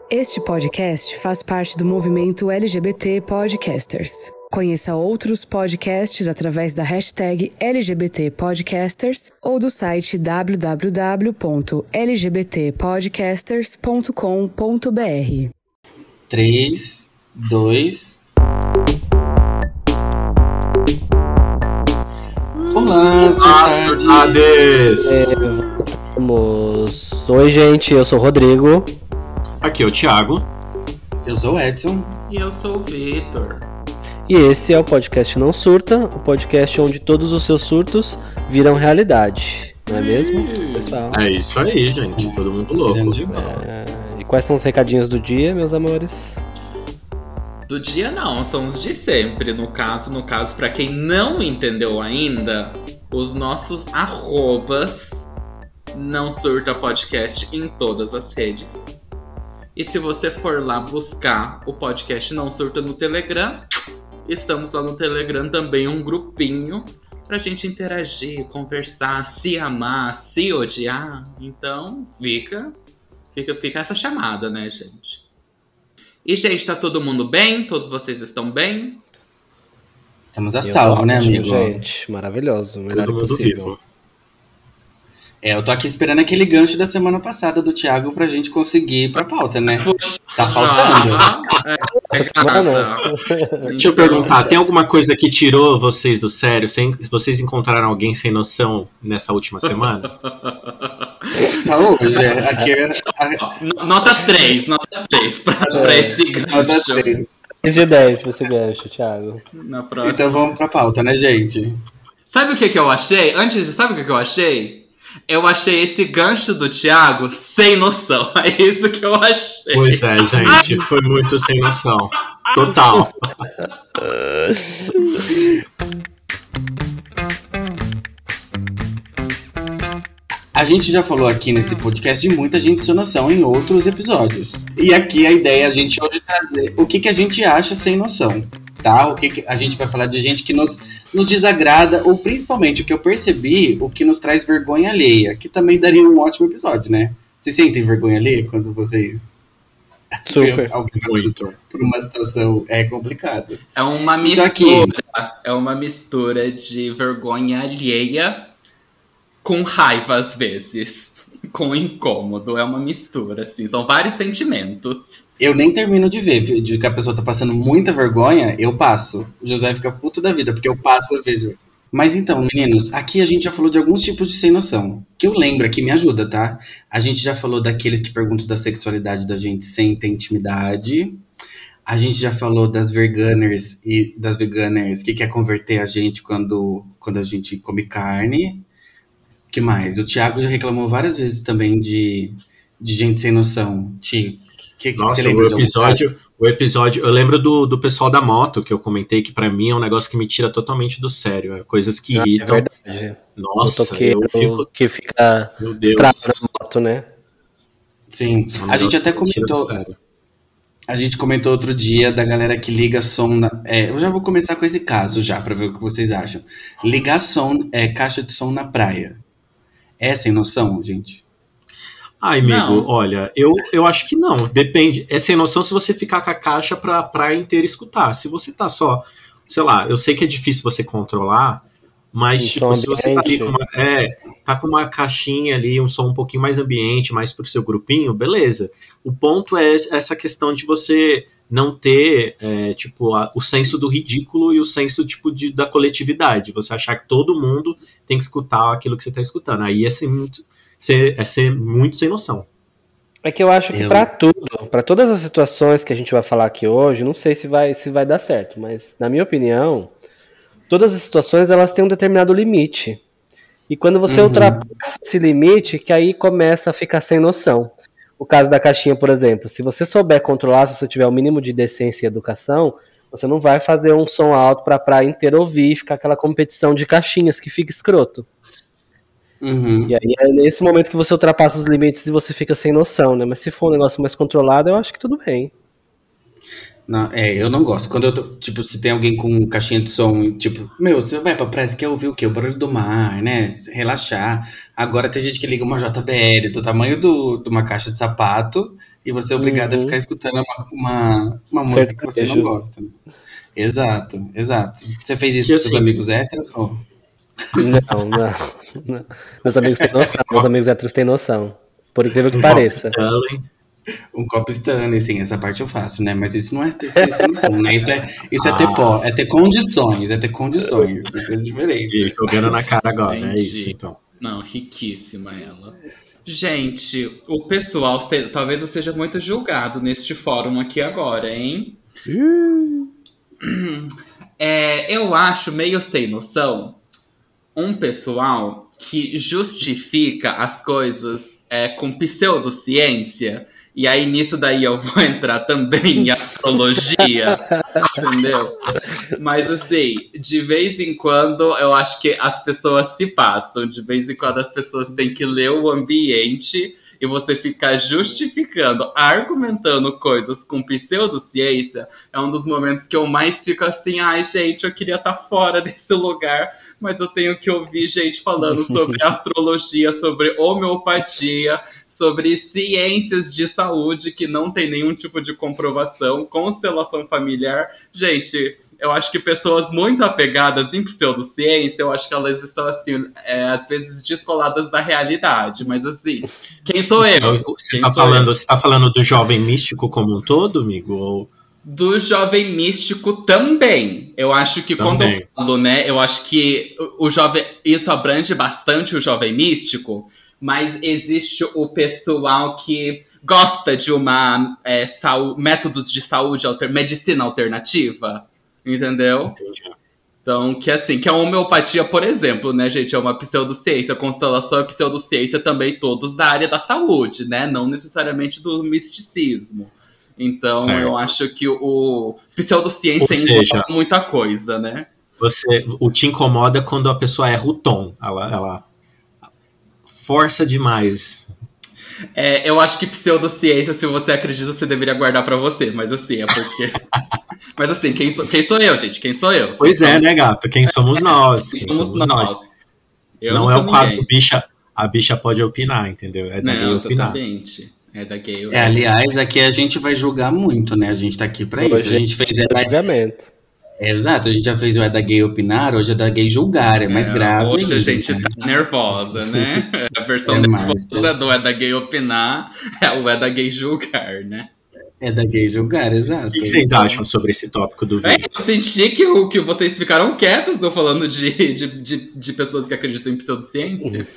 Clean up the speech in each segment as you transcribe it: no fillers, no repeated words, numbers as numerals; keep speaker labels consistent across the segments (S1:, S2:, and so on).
S1: Este podcast faz parte do movimento LGBT Podcasters. Conheça outros podcasts através da hashtag LGBT Podcasters ou do site www.lgbtpodcasters.com.br.
S2: 3, 2... Olá, surtades!
S3: Vamos. Oi, gente, eu sou o Rodrigo.
S4: Aqui é o Thiago.
S2: Eu sou o Edson.
S5: E eu sou o Vitor.
S3: E esse é o podcast Não Surta, o podcast onde todos os seus surtos viram realidade. Não é mesmo, pessoal?
S4: É isso aí, gente. Todo mundo louco.
S3: E quais são os recadinhos do dia, meus amores?
S5: Do dia não, são os de sempre. No caso, pra quem não entendeu ainda, os nossos arrobas Não Surta Podcast em todas as redes. E se você for lá buscar o podcast Não Surta no Telegram, estamos lá no Telegram também, um grupinho pra gente interagir, conversar, se amar, se odiar. Então, fica essa chamada, né, gente? E, gente, tá todo mundo bem? Todos vocês estão bem?
S2: Estamos a salvo, né, amigo?
S3: Gente, maravilhoso, o melhor
S4: Todo mundo
S3: possível.
S4: vivo.
S2: Eu tô aqui esperando aquele gancho da semana passada do Thiago pra gente conseguir ir pra pauta, né? Tá faltando.
S4: Deixa eu perguntar, tem alguma coisa que tirou vocês do sério? Vocês encontraram alguém sem noção nessa última semana?
S2: Só hoje, aqui
S5: Nota 3 pra esse gancho.
S2: nota 3.
S3: 10 de 10 pra esse gancho, Thiago.
S5: Na próxima.
S2: Então vamos pra pauta, né, gente?
S5: Sabe o que eu achei? Sabe o que eu achei? Eu achei esse gancho do Thiago sem noção. É isso que eu achei.
S4: Pois é, gente, foi muito sem noção. Total.
S2: A gente já falou aqui nesse podcast de muita gente sem noção em outros episódios. E aqui a ideia é a gente hoje trazer o que a gente acha sem noção, tá? O que a gente vai falar de gente que nos desagrada, ou principalmente o que eu percebi, o que nos traz vergonha alheia, que também daria um ótimo episódio, né? Vocês sentem vergonha alheia quando vocês...
S3: Super.
S2: Alguém passando por uma situação complicado.
S5: É uma
S2: Então,
S5: mistura. É uma mistura de vergonha alheia com raiva, às vezes. Com incômodo. É uma mistura, assim. São vários sentimentos.
S2: Eu nem termino de ver, de que a pessoa tá passando muita vergonha, eu passo. O José fica puto da vida, porque eu passo e vejo. Mas então, meninos, aqui a gente já falou de alguns tipos de sem noção. Que eu lembro aqui, me ajuda, tá? A gente já falou daqueles que perguntam da sexualidade da gente sem ter intimidade. A gente já falou das veganers e das veganers que quer converter a gente quando a gente come carne. O que mais? O Thiago já reclamou várias vezes também de gente sem noção.
S4: Nossa,
S2: você lembra
S4: o episódio, eu lembro do pessoal da moto, que eu comentei que pra mim é um negócio que me tira totalmente do sério. É coisas que irritam.
S3: É verdade.
S4: Nossa,
S3: eu fico... que fica
S4: Meu Deus.
S3: estrada na moto, né?
S2: Sim, a gente até comentou. A gente comentou outro dia da galera que liga som. Eu já vou começar com esse caso já, pra ver o que vocês acham. Ligar caixa de som na praia. É sem noção, gente?
S4: Ai, amigo,
S5: Não.
S4: olha, eu acho que não. Depende. É sem noção se você ficar com a caixa pra praia inteira escutar. Se você tá só, sei lá, eu sei que é difícil você controlar, mas tipo, se você tá ali com uma caixinha ali, um som um pouquinho mais ambiente, mais pro seu grupinho, beleza. O ponto é essa questão de você não ter, o senso do ridículo e o senso, da coletividade. Você achar que todo mundo tem que escutar aquilo que você tá escutando. Aí é ser muito sem noção.
S3: É que eu acho que pra todas as situações que a gente vai falar aqui hoje, não sei se vai dar certo, mas na minha opinião, todas as situações elas têm um determinado limite. E quando você ultrapassa esse limite, que aí começa a ficar sem noção. O caso da caixinha, por exemplo, se você souber controlar, se você tiver o mínimo de decência e educação, você não vai fazer um som alto pra praia inteira ouvir e ficar aquela competição de caixinhas que fica escroto. E aí é nesse momento que você ultrapassa os limites e você fica sem noção, né? Mas se for um negócio mais controlado, eu acho que tudo bem.
S2: Não, eu não gosto. Quando eu tô, tipo, se tem alguém com caixinha de som, tipo, você vai pra praia, você quer ouvir o quê? O barulho do mar, né? Relaxar. Agora tem gente que liga uma JBL do tamanho de uma caixa de sapato e você é obrigado a ficar escutando uma música que você não gosta. Exato. Você fez isso com seus amigos héteros? Ou...
S3: Não. Meus amigos têm noção. Meus amigos héteros têm noção. Por incrível que pareça.
S2: Um copo Stanley, sim, essa parte eu faço, né? Mas isso não é ter noção, né? Isso é ter condições, isso é diferente.
S4: Jogando na cara agora, é isso, então.
S5: Não, riquíssima ela. Gente, o pessoal, talvez eu seja muito julgado neste fórum aqui agora, hein? Eu acho meio sem noção um pessoal que justifica as coisas com pseudociência. E aí, nisso daí, eu vou entrar também em astrologia, entendeu? Mas, assim, de vez em quando, eu acho que as pessoas se passam. De vez em quando, as pessoas têm que ler o ambiente e você ficar justificando, argumentando coisas com pseudociência, é um dos momentos que eu mais fico assim, ai, gente, eu queria estar fora desse lugar, mas eu tenho que ouvir gente falando sobre astrologia, sobre homeopatia, sobre ciências de saúde que não tem nenhum tipo de comprovação, constelação familiar. Gente, eu acho que pessoas muito apegadas em pseudociência, eu acho que elas estão, assim, às vezes descoladas da realidade. Mas, assim, quem sou eu?
S4: Você tá falando do jovem místico como um todo, amigo? Ou...
S5: Do jovem místico também. Eu acho que quando eu falo, né, eu acho que o jovem, isso abrange bastante o jovem místico, mas existe o pessoal que gosta de métodos de saúde, medicina alternativa. Entendeu?
S4: Entendi.
S5: Então, que a homeopatia, por exemplo, né, gente, é uma pseudociência, a constelação é pseudociência também, todos da área da saúde, né, não necessariamente do misticismo. Então, certo. Eu acho que o pseudociência engloba muita coisa, né?
S4: O te incomoda quando a pessoa erra o tom, ela força demais.
S5: Eu acho que pseudociência, se você acredita, você deveria guardar pra você, mas assim, é porque... Mas assim, quem sou eu, gente? Quem sou eu?
S4: Pois é, né, gato? Quem somos nós?
S5: Quem somos nós?
S4: Não é o quadro bicha, a bicha pode opinar, entendeu? É da
S5: gay opinar. Exatamente. É da gay opinar.
S2: Aliás, aqui a gente vai julgar muito, né? A gente tá aqui pra isso. A gente fez
S3: julgamento.
S2: Exato, a gente já fez o É da Gay Opinar, hoje é da Gay Julgar, é mais grave.
S5: Hoje a gente tá nervosa, né? A versão nervosa do É da Gay Opinar é o É da Gay Julgar, né?
S2: É da Gay Julgar, exato. O
S4: que vocês acham sobre esse tópico do vídeo?
S5: Eu senti que vocês ficaram quietos, tô falando de pessoas que acreditam em pseudociência.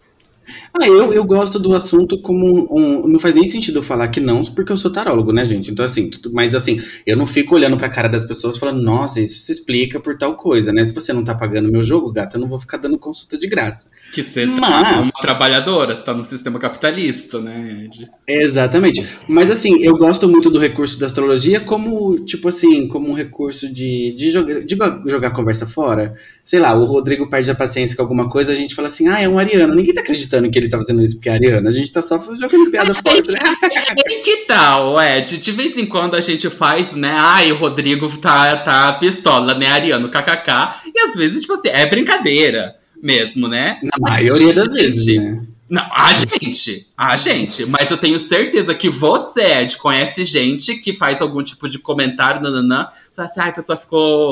S2: Eu gosto do assunto como não faz nem sentido eu falar que não, porque eu sou tarólogo, né, gente? Então, assim, mas assim, eu não fico olhando pra cara das pessoas falando, nossa, isso se explica por tal coisa, né? Se você não tá pagando meu jogo, gata, eu não vou ficar dando consulta de graça.
S5: Que você tá uma trabalhadora, você tá no sistema capitalista, né, Ed?
S2: Exatamente. Mas assim, eu gosto muito do recurso da astrologia como, tipo assim, como um recurso de jogar conversa fora. Sei lá, o Rodrigo perde a paciência com alguma coisa, a gente fala assim, é um ariano. Ninguém tá acreditando que ele tá fazendo isso porque é ariano. A gente tá só jogando piada fora.
S5: Que tal, Ed? De vez em quando a gente faz, né? O Rodrigo tá pistola, né? Ariano, kkk. E às vezes, tipo assim, é brincadeira mesmo, né?
S2: Na maioria das vezes, né?
S5: Não, a gente. Mas eu tenho certeza que você, Ed, conhece gente que faz algum tipo de comentário, fala assim, a pessoa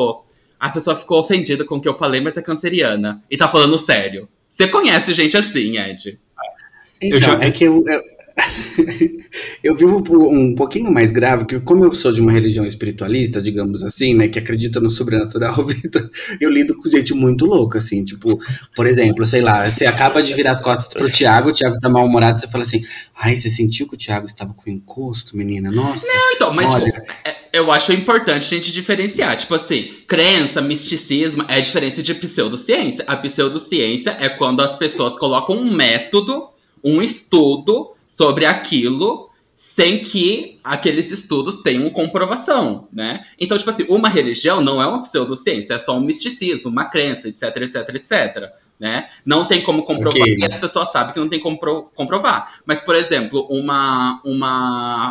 S5: ficou ofendida com o que eu falei, mas é canceriana. E tá falando sério. Você conhece gente assim, Ed?
S2: Então, é que eu vivo um pouquinho mais grave, que como eu sou de uma religião espiritualista, digamos assim, né, que acredita no sobrenatural, eu lido com gente muito louca, assim, tipo, por exemplo, sei lá, você acaba de virar as costas pro Thiago, o Thiago tá mal-humorado, você fala assim, você sentiu que o Thiago estava com encosto, menina? Nossa.
S5: Não, então, mas olha... eu acho importante a gente diferenciar, tipo assim, crença, misticismo é a diferença de pseudociência. A pseudociência é quando as pessoas colocam um método, um estudo sobre aquilo, sem que aqueles estudos tenham comprovação, né? Então, tipo assim, uma religião não é uma pseudociência, é só um misticismo, uma crença, etc, etc, etc, né? Não tem como comprovar, e as pessoas sabem que não tem como comprovar. Mas, por exemplo,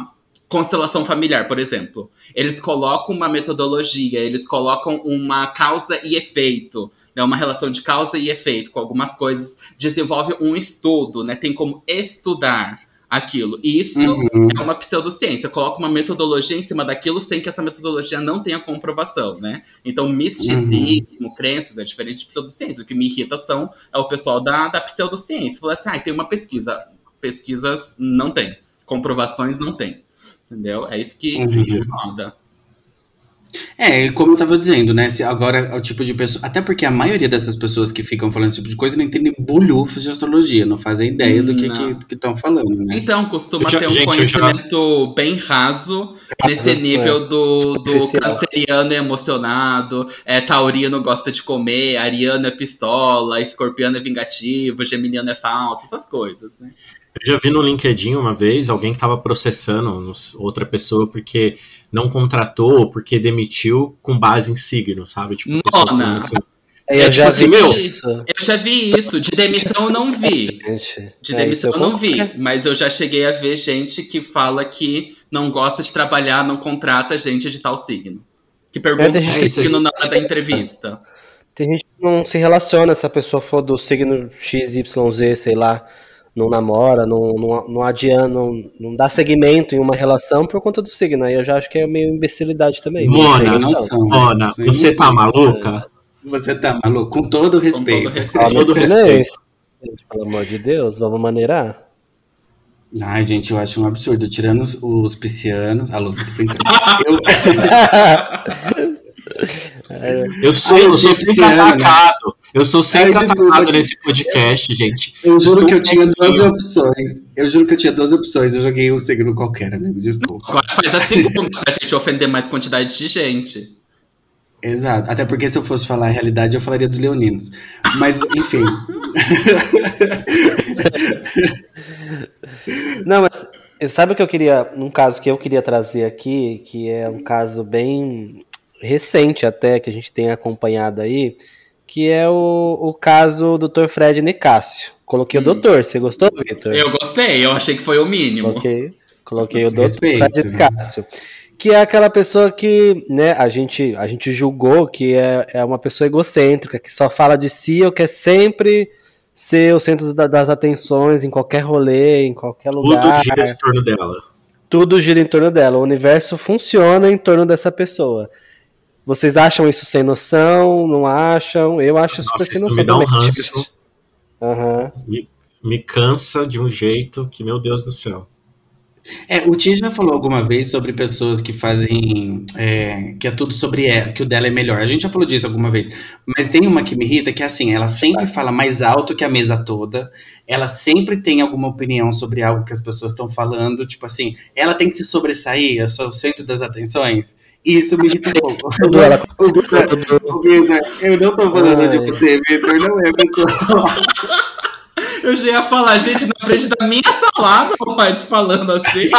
S5: constelação familiar, por exemplo. Eles colocam uma metodologia, eles colocam uma causa e efeito, né? Uma relação de causa e efeito com algumas coisas, desenvolve um estudo, né? Tem como estudar aquilo. E isso é uma pseudociência. Coloca uma metodologia em cima daquilo sem que essa metodologia não tenha comprovação, né? Então, misticismo, crenças, é diferente de pseudociência. O que me irrita é o pessoal da pseudociência. Fala assim, tem uma pesquisa. Pesquisas não tem. Comprovações não tem. Entendeu? É isso que me incomoda.
S2: Como eu tava dizendo, né? Agora é o tipo de pessoa. Até porque a maioria dessas pessoas que ficam falando esse tipo de coisa não entendem bolhufos de astrologia, não fazem ideia do que estão falando, né?
S5: Então, costuma ter um conhecimento bem raso nesse nível do canceriano é emocionado, taurino gosta de comer, ariano é pistola, escorpiano é vingativo, geminiano é falso, essas coisas, né?
S4: Eu já vi no LinkedIn uma vez alguém que estava processando outra pessoa porque não contratou, porque demitiu com base em signo, sabe? Tipo,
S3: eu já
S5: vi isso. De demissão eu não vi. De demissão eu não vi. Mas eu já cheguei a ver gente que fala que não gosta de trabalhar, não contrata gente de tal signo. Que pergunta o signo na hora da entrevista.
S3: Tem gente que não se relaciona se a pessoa for do signo XYZ, sei lá. Não namora, não adianta, não dá seguimento em uma relação por conta do signo. Aí eu já acho que é meio imbecilidade também.
S4: Mona, você tá maluca?
S2: Você tá maluco? Com todo respeito.
S3: Pelo amor de Deus, vamos maneirar?
S2: Ai, gente, eu acho um absurdo. Tirando os piscianos... Alô, tô brincando.
S4: Eu sou sempre atacado. Eu sou sempre atacado nesse podcast, gente.
S2: Eu juro que eu tinha duas opções. Eu joguei um signo qualquer, amigo. Desculpa.
S5: Agora faz a segunda pra gente ofender mais quantidade de gente.
S2: Exato. Até porque se eu fosse falar a realidade, eu falaria dos leoninos. Mas, enfim.
S3: Não, mas sabe o que eu queria... Um caso que eu queria trazer aqui, que é um caso bem recente até, que a gente tem acompanhado aí, que é o caso do Dr. Fred Nicásio. Coloquei o doutor, você gostou, Vitor?
S5: Eu gostei, eu achei que foi o mínimo.
S3: Coloquei o Dr. Fred Nicásio. Que é aquela pessoa que, né, a gente julgou que é uma pessoa egocêntrica, que só fala de si ou quer sempre ser o centro das atenções em qualquer rolê, em qualquer lugar.
S4: Tudo gira em torno dela.
S3: Tudo gira em torno dela. O universo funciona em torno dessa pessoa. Vocês acham isso sem noção? Não acham? Eu acho super sem noção.
S4: Me dá um ranço. Me cansa de um jeito que, meu Deus do céu.
S2: O Ti já falou alguma vez sobre pessoas que fazem... que é tudo sobre ela, que o dela é melhor. A gente já falou disso alguma vez. Mas tem uma que me irrita, que é assim, ela sempre fala mais alto que a mesa toda. Ela sempre tem alguma opinião sobre algo que as pessoas estão falando. Tipo assim, ela tem que se sobressair, eu sou o centro das atenções. E isso me irrita um pouco. Vitor, eu não tô falando de você, Vitor, não é pessoal.
S5: Eu já ia falar, gente, na frente da minha salada, pode falando assim.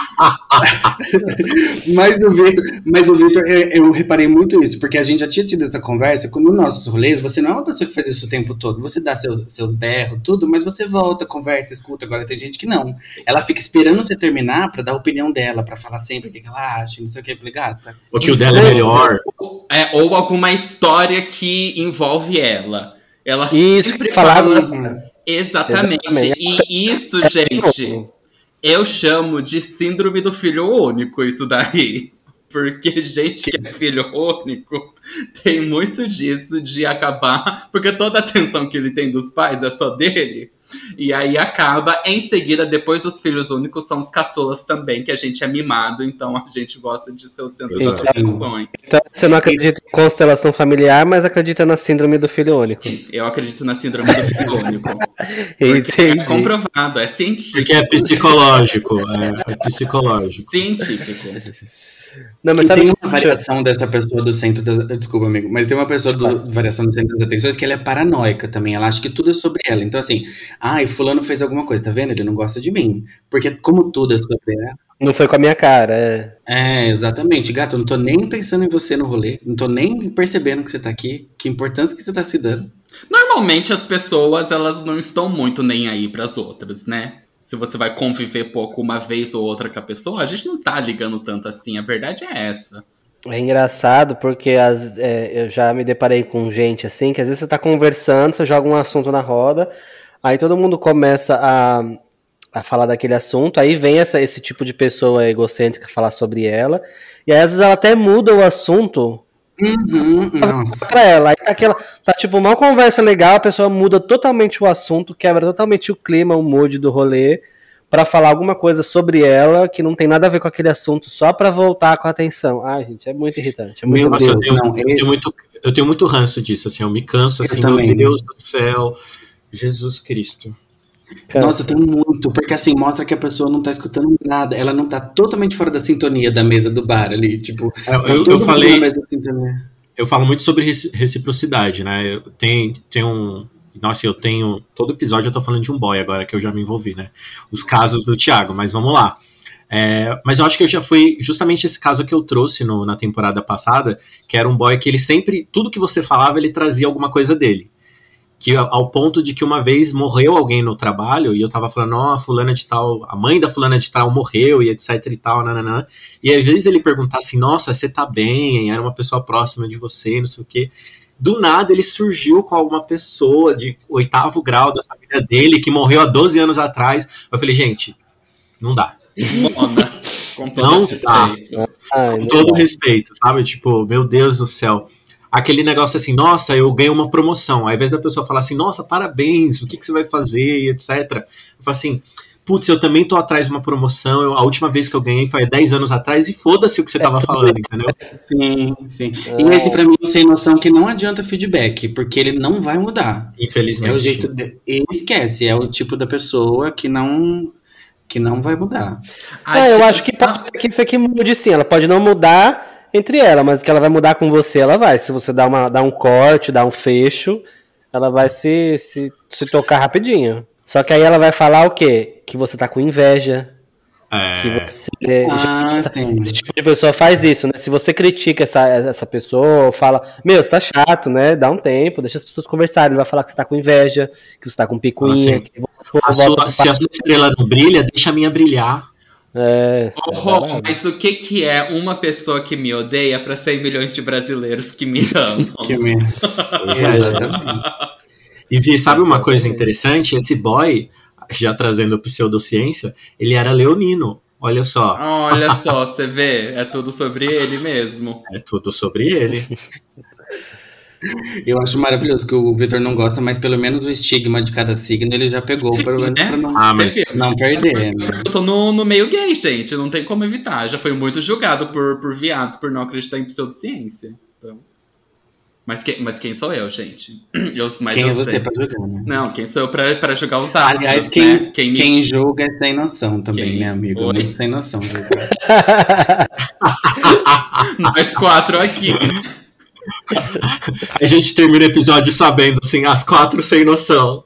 S2: Mas o Vitor, eu reparei muito isso, porque a gente já tinha tido essa conversa, como nos nossos rolês, você não é uma pessoa que faz isso o tempo todo, você dá seus berros, tudo, mas você volta, conversa, escuta. Agora tem gente que não. Ela fica esperando você terminar pra dar a opinião dela, pra falar sempre o que ela acha, não sei o que. Eu falei, gata.
S4: O que o dela é melhor.
S5: Ou alguma história que envolve ela. Ela
S3: isso
S5: sempre
S3: que fala
S5: assim. Exatamente. E isso, gente, eu chamo de síndrome do filho único, isso daí. Porque gente que é filho único tem muito disso de acabar... Porque toda a atenção que ele tem dos pais é só dele. E aí acaba, em seguida, depois os filhos únicos são os caçulas também, que a gente é mimado, então a gente gosta de ser o centro das atenções.
S3: Então você não acredita em constelação familiar, mas acredita na síndrome do filho único.
S5: Sim, eu acredito na síndrome do filho único.
S3: Entendi.
S5: É comprovado, é científico.
S4: Porque é psicológico. É psicológico.
S5: Científico.
S2: Não, mas sabe, tem uma variação dessa pessoa do centro das... Desculpa, amigo, mas tem uma pessoa variação do centro das atenções que ela é paranoica também, ela acha que tudo é sobre ela. Então assim, fulano fez alguma coisa, tá vendo? Ele não gosta de mim. Porque como tudo é sobre ela...
S3: Não foi com a minha cara,
S2: exatamente. Gato, eu não tô nem pensando em você no rolê, não tô nem percebendo que você tá aqui, que importância que você tá se dando.
S5: Normalmente as pessoas, elas não estão muito nem aí pras outras, né? se você vai conviver pouco uma vez ou outra com a pessoa, a gente não tá ligando tanto assim, a verdade é essa.
S3: É engraçado porque eu já me deparei com gente assim, que às vezes você tá conversando, você joga um assunto na roda, aí todo mundo começa a falar daquele assunto, aí vem esse tipo de pessoa egocêntrica falar sobre ela, e aí às vezes ela até muda o assunto pra ela. Aí tá tipo uma conversa legal, a pessoa muda totalmente o assunto, quebra totalmente o clima, o mood do rolê, pra falar alguma coisa sobre ela que não tem nada a ver com aquele assunto, só pra voltar com a atenção. Ai, gente, é muito irritante. É muito
S4: eu tenho muito ranço disso, assim, eu me canso, assim, meu Deus do céu, Jesus Cristo.
S2: Cansa. Nossa, eu tenho muito, porque assim, mostra que a pessoa não tá escutando nada, ela não tá totalmente fora da sintonia da mesa do bar ali, tipo,
S4: eu falei, na mesa da sintonia. Eu falo muito sobre reciprocidade, né, nossa, eu tenho, todo episódio eu tô falando de um boy agora, que eu já me envolvi, né, os casos do Thiago, mas vamos lá. Mas eu acho que já foi justamente esse caso que eu trouxe na temporada passada, que era um boy que ele sempre, tudo que você falava, ele trazia alguma coisa dele. Que ao ponto de que uma vez morreu alguém no trabalho, e eu tava falando, fulana de tal, a mãe da fulana de tal morreu, e etc e tal, nananã. E às vezes ele perguntar assim, nossa, você tá bem, era uma pessoa próxima de você, não sei o quê. Do nada ele surgiu com alguma pessoa de 8º grau da família dele, que morreu há 12 anos atrás. Eu falei, gente, não dá. Não dá. Com todo respeito, sabe? Tipo, meu Deus do céu. Aquele negócio assim, nossa, eu ganhei uma promoção. Ao invés da pessoa falar assim, nossa, parabéns, o que você vai fazer, etc. Eu falo assim, putz, eu também tô atrás de uma promoção, a última vez que eu ganhei foi há 10 anos atrás, e foda-se o que você tava falando, entendeu?
S2: Sim. E esse pra mim é sem noção que não adianta feedback, porque ele não vai mudar.
S4: Infelizmente.
S2: É o jeito ele esquece, é o tipo da pessoa que não vai mudar.
S3: Eu acho que pode ser que isso aqui mude sim, ela pode não mudar entre ela, mas que ela vai mudar com você, ela vai. Se você dá um corte, dá um fecho, ela vai se tocar rapidinho. Só que aí ela vai falar o quê? Que você tá com inveja. Que você... esse tipo de pessoa faz isso, né? Se você critica essa pessoa, fala, meu, você tá chato, né? Dá um tempo, deixa as pessoas conversarem. Ele vai falar que você tá com inveja, que você tá com picuinha.
S4: Assim, se a sua estrela não brilha, deixa a minha brilhar.
S5: Mas o que é uma pessoa que me odeia para 100 milhões de brasileiros que me amam?
S2: Exatamente.
S4: E sabe uma coisa interessante? Esse boy, já trazendo pseudociência, ele era leonino. Olha só.
S5: Olha só, você vê? É tudo sobre ele mesmo.
S4: É tudo sobre ele.
S2: Eu acho maravilhoso que o Vitor não gosta, mas pelo menos o estigma de cada signo ele já pegou, pelo menos pra não perder.
S5: Né? Eu tô no meio gay, gente, não tem como evitar. Já foi muito julgado por viados por não acreditar em pseudociência. Então... Mas quem sou eu, gente?
S2: Quem é você pra julgar, né?
S5: Não, quem sou eu pra julgar os astros,
S2: aliás, quem julga é sem noção também, né, amigo? Oi? Muito sem noção.
S5: Nós 4 aqui.
S4: A gente termina o episódio sabendo, assim, as 4 sem noção.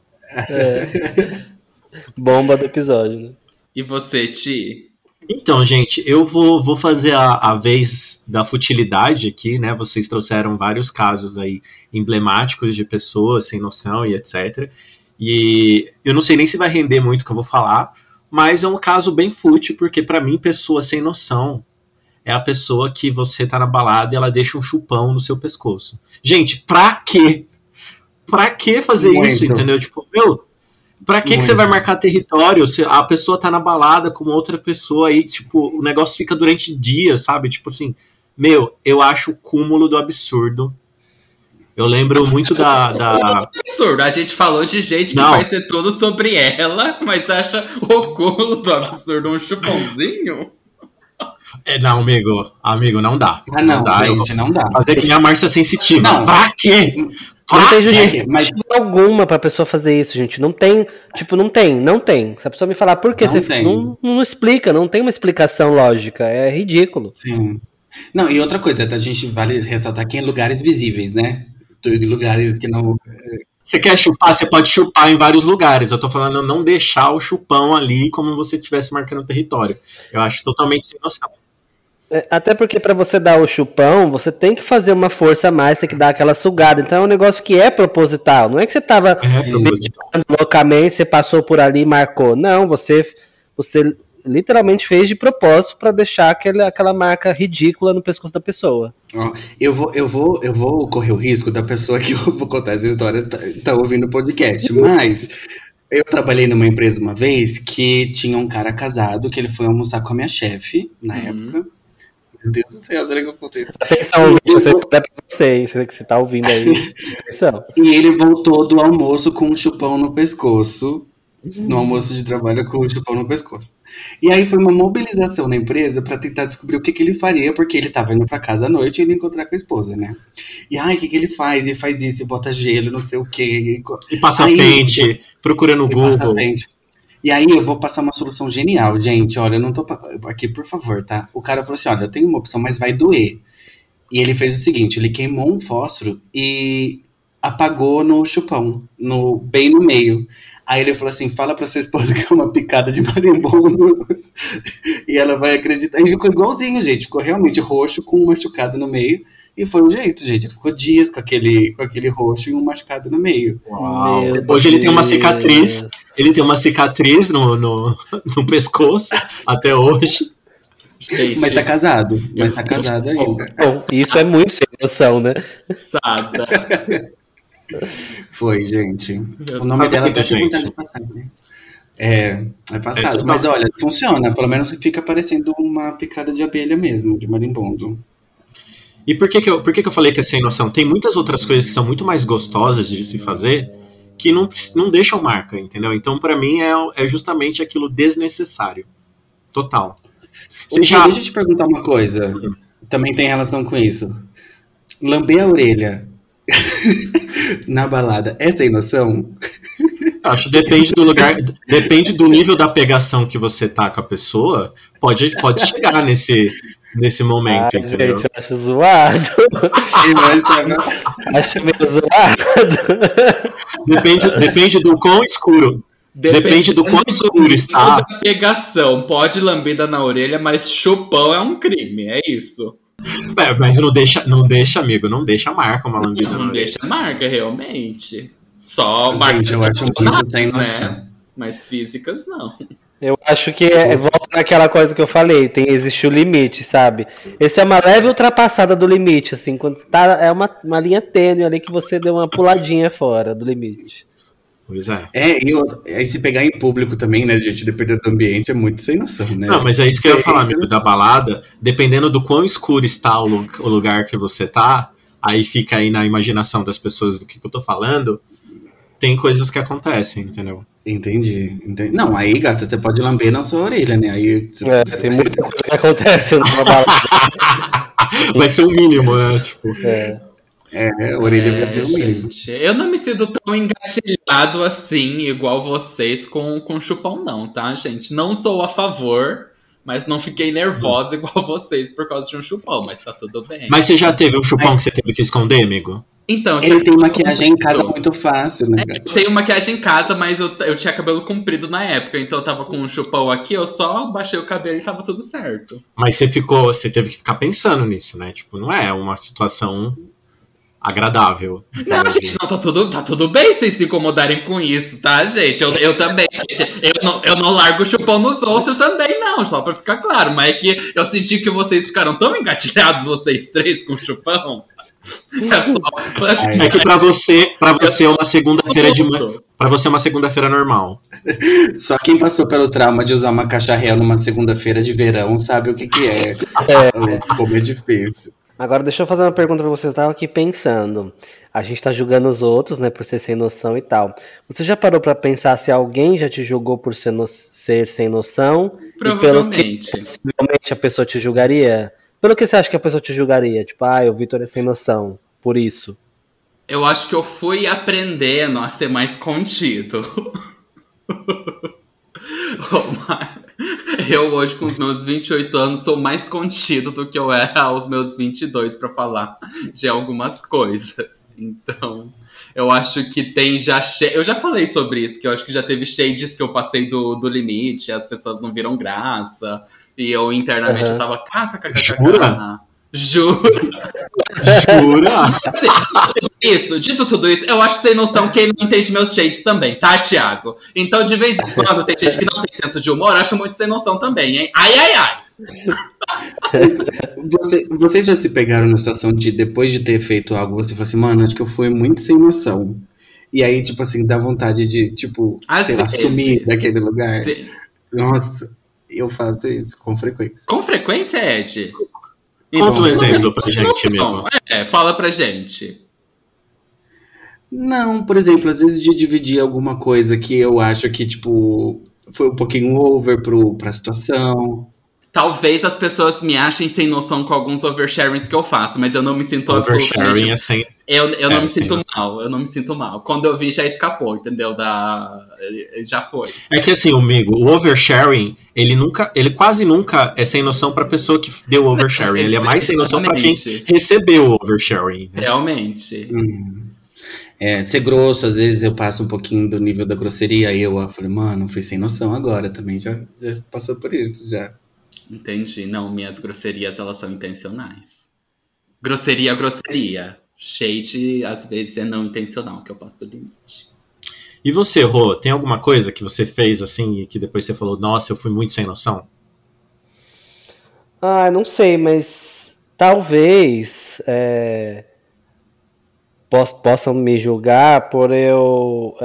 S3: Bomba do episódio, né?
S5: E você, Ti?
S4: Então, gente, eu vou fazer a vez da futilidade aqui, né? Vocês trouxeram vários casos aí emblemáticos de pessoas sem noção e etc. E eu não sei nem se vai render muito o que eu vou falar, mas é um caso bem fútil, porque pra mim, pessoa sem noção é a pessoa que você tá na balada e ela deixa um chupão no seu pescoço. Gente, pra quê? Pra que fazer isso, entendeu? Tipo, pra que você vai marcar território se a pessoa tá na balada com outra pessoa aí, tipo, o negócio fica durante dias, sabe? Tipo assim, eu acho o cúmulo do absurdo. Eu lembro muito da...
S5: Absurdo, a gente falou de gente que vai ser tudo sobre ela, mas acha o cúmulo do absurdo um chupãozinho?
S4: Não, amigo, não dá.
S2: Não dá, gente, não dá.
S4: Fazer que nem a Márcia Sensitiva.
S2: Não.
S4: Pra quê?
S3: Não tem justificativa alguma pra pessoa fazer isso, gente. Não tem. Se a pessoa me falar por que você não explica, não tem uma explicação lógica. É ridículo.
S2: Sim. Não, e outra coisa, a gente vale ressaltar que em lugares visíveis, né? De lugares que não.
S4: Você quer chupar, você pode chupar em vários lugares. Eu tô falando não deixar o chupão ali como você estivesse marcando o território. Eu acho totalmente sem noção.
S3: Até porque para você dar o chupão, você tem que fazer uma força a mais, tem que dar aquela sugada. Então é um negócio que é proposital. Não é que você tava beijando loucamente, você passou por ali e marcou. Não, você literalmente fez de propósito para deixar aquela marca ridícula no pescoço da pessoa.
S2: Eu vou correr o risco da pessoa que eu vou contar essa história tá ouvindo o podcast, mas eu trabalhei numa empresa uma vez que tinha um cara casado que ele foi almoçar com a minha chefe na época. Meu Deus do céu, será que eu contei isso?
S3: Atenção, ouvinte, essa história é pra você, que você tá ouvindo aí. Atenção.
S2: E ele voltou do almoço com um chupão no pescoço. No almoço de trabalho com o chupão no pescoço. E aí foi uma mobilização na empresa pra tentar descobrir o que ele faria, porque ele tava indo pra casa à noite e ia encontrar com a esposa, né? E o que ele faz? E faz isso, e bota gelo, não sei o quê.
S4: E passa pente, procura no Google.
S2: E aí eu vou passar uma solução genial, gente. Olha, eu não tô aqui, por favor, tá? O cara falou assim, olha, eu tenho uma opção, mas vai doer. E ele fez o seguinte, ele queimou um fósforo e apagou no chupão, bem no meio. Aí ele falou assim, fala pra sua esposa que é uma picada de marimbondo. E ela vai acreditar. E ficou igualzinho, gente. Ficou realmente roxo com um machucado no meio. E foi um jeito, gente. Ele ficou dias com aquele roxo e um machucado no meio.
S4: Uau. Hoje ele tem uma cicatriz. Ele tem uma cicatriz no pescoço até hoje.
S2: Gente, mas tá casado. Mas tá casado ainda.
S3: Bom, isso é muito sem noção, né?
S5: Sada.
S2: Foi, gente. O nome dela até tem vontade de passar, né? É passado. Mas olha, funciona. Pelo menos fica parecendo uma picada de abelha mesmo, de marimbondo.
S4: E por que eu falei que é sem noção? Tem muitas outras coisas que são muito mais gostosas de se fazer que não deixam marca, entendeu? Então, pra mim, é justamente aquilo desnecessário. Total.
S2: Deixa eu te perguntar uma coisa. Também tem relação com isso. Lamber a orelha na balada é sem noção?
S4: Acho que depende do lugar, depende do nível da pegação que você tá com a pessoa. Pode chegar nesse momento, entendeu?
S3: Gente, eu acho zoado. Acho meio zoado.
S4: Depende do quão escuro. Depende do quão escuro está.
S5: Da pegação, pode lambida na orelha, mas chupão é um crime, é isso.
S4: Mas não deixa, amigo, não deixa marca uma lambida na orelha.
S5: Não deixa marca, realmente. Só
S2: marcas, eu acho muito sem noção,
S5: né? Mas físicas não.
S3: Eu acho que volta naquela coisa que eu falei, existe o limite, sabe? Esse é uma leve ultrapassada do limite, assim, quando tá, é uma linha tênue ali que você deu uma puladinha fora do limite.
S4: Pois é.
S2: Aí se pegar em público também, né, gente, dependendo do ambiente, é muito sem noção, né?
S4: Não, mas é isso que eu ia falar, amigo, da balada, dependendo do quão escuro está o lugar que você tá, aí fica aí na imaginação das pessoas do que eu tô falando, tem coisas que acontecem, entendeu?
S2: Entendi. Não, aí, gata, você pode lamber na sua orelha, né? Aí
S3: tem muita coisa que acontece numa balada.
S4: Vai ser o mínimo, né? Tipo...
S2: a orelha vai ser o mínimo.
S5: Eu não me sinto tão engatilhado assim, igual vocês, com chupão, não, tá, gente? Não sou a favor, mas não fiquei nervosa igual vocês por causa de um chupão, mas tá tudo bem.
S4: Mas você já teve um chupão que você teve que esconder, amigo?
S5: Então,
S2: ele tem maquiagem em casa muito fácil, né?
S5: Eu tenho maquiagem em casa, mas eu tinha cabelo comprido na época, então eu tava com um chupão aqui, eu só baixei o cabelo e tava tudo certo.
S4: Mas você teve que ficar pensando nisso, né? Tipo, não é uma situação agradável.
S5: Não, gente, não, tá tudo bem vocês se incomodarem com isso, tá, gente? Eu também, gente, eu não largo o chupão nos outros também, não, só pra ficar claro, mas é que eu senti que vocês ficaram tão engatilhados, vocês três, com o chupão.
S4: É que pra você é uma segunda-feira pra você é uma segunda-feira normal.
S2: Só quem passou pelo trauma de usar uma caixa real numa segunda-feira de verão sabe o que é. Como é difícil.
S3: Agora deixa eu fazer uma pergunta pra vocês. Eu tava aqui pensando. A gente tá julgando os outros, né, por ser sem noção e tal. Você já parou pra pensar se alguém já te julgou por ser sem noção?
S5: Provavelmente.
S3: E pelo que possivelmente a pessoa te julgaria? Pelo que você acha que a pessoa te julgaria? Tipo, o Vitor é sem noção, por isso.
S5: Eu acho que eu fui aprendendo a ser mais contido. Eu hoje, com os meus 28 anos, sou mais contido do que eu era aos meus 22 pra falar de algumas coisas. Então, eu acho que tem já... Eu já falei sobre isso, que eu acho que já teve shades que eu passei do limite, as pessoas não viram graça, e eu internamente eu tava... Jura? Dito tudo isso, eu acho sem noção quem não entende meus shades também, tá, Thiago? Então, de vez em quando, tem gente que não tem senso de humor, eu acho muito sem noção também, hein? Ai.
S2: Vocês já se pegaram na situação de, depois de ter feito algo, você fala assim, mano, acho que eu fui muito sem noção. E aí, tipo assim, dá vontade de, tipo, sei lá, sumir daquele lugar. Sim. Nossa, eu faço isso com frequência.
S5: Com frequência, Ed?
S4: Conta um exemplo pra gente mesmo.
S5: Fala pra gente.
S2: Não, por exemplo, às vezes de dividir alguma coisa que eu acho que, tipo, foi um pouquinho over pra situação.
S5: Talvez as pessoas me achem sem noção com alguns oversharings que eu faço, mas eu não me sinto
S4: absolutamente... É sem...
S5: Eu não me sinto mal, eu não me sinto mal. Quando eu vi, já escapou, entendeu? Já foi.
S4: É que assim, amigo, o oversharing, ele quase nunca é sem noção pra pessoa que deu oversharing. Ele é mais sem noção pra quem recebeu o oversharing. Né?
S5: Realmente.
S2: Ser grosso, às vezes eu passo um pouquinho do nível da grosseria, aí eu falei, mano, fui sem noção agora também, já passou por isso, já.
S5: Entendi. Não, minhas grosserias, elas são intencionais. Grosseria. Shade, às vezes, é não intencional, que eu passo do limite.
S4: E você, Rô, tem alguma coisa que você fez, assim, e que depois você falou, nossa, eu fui muito sem noção?
S3: Não sei, mas talvez possam me julgar por eu...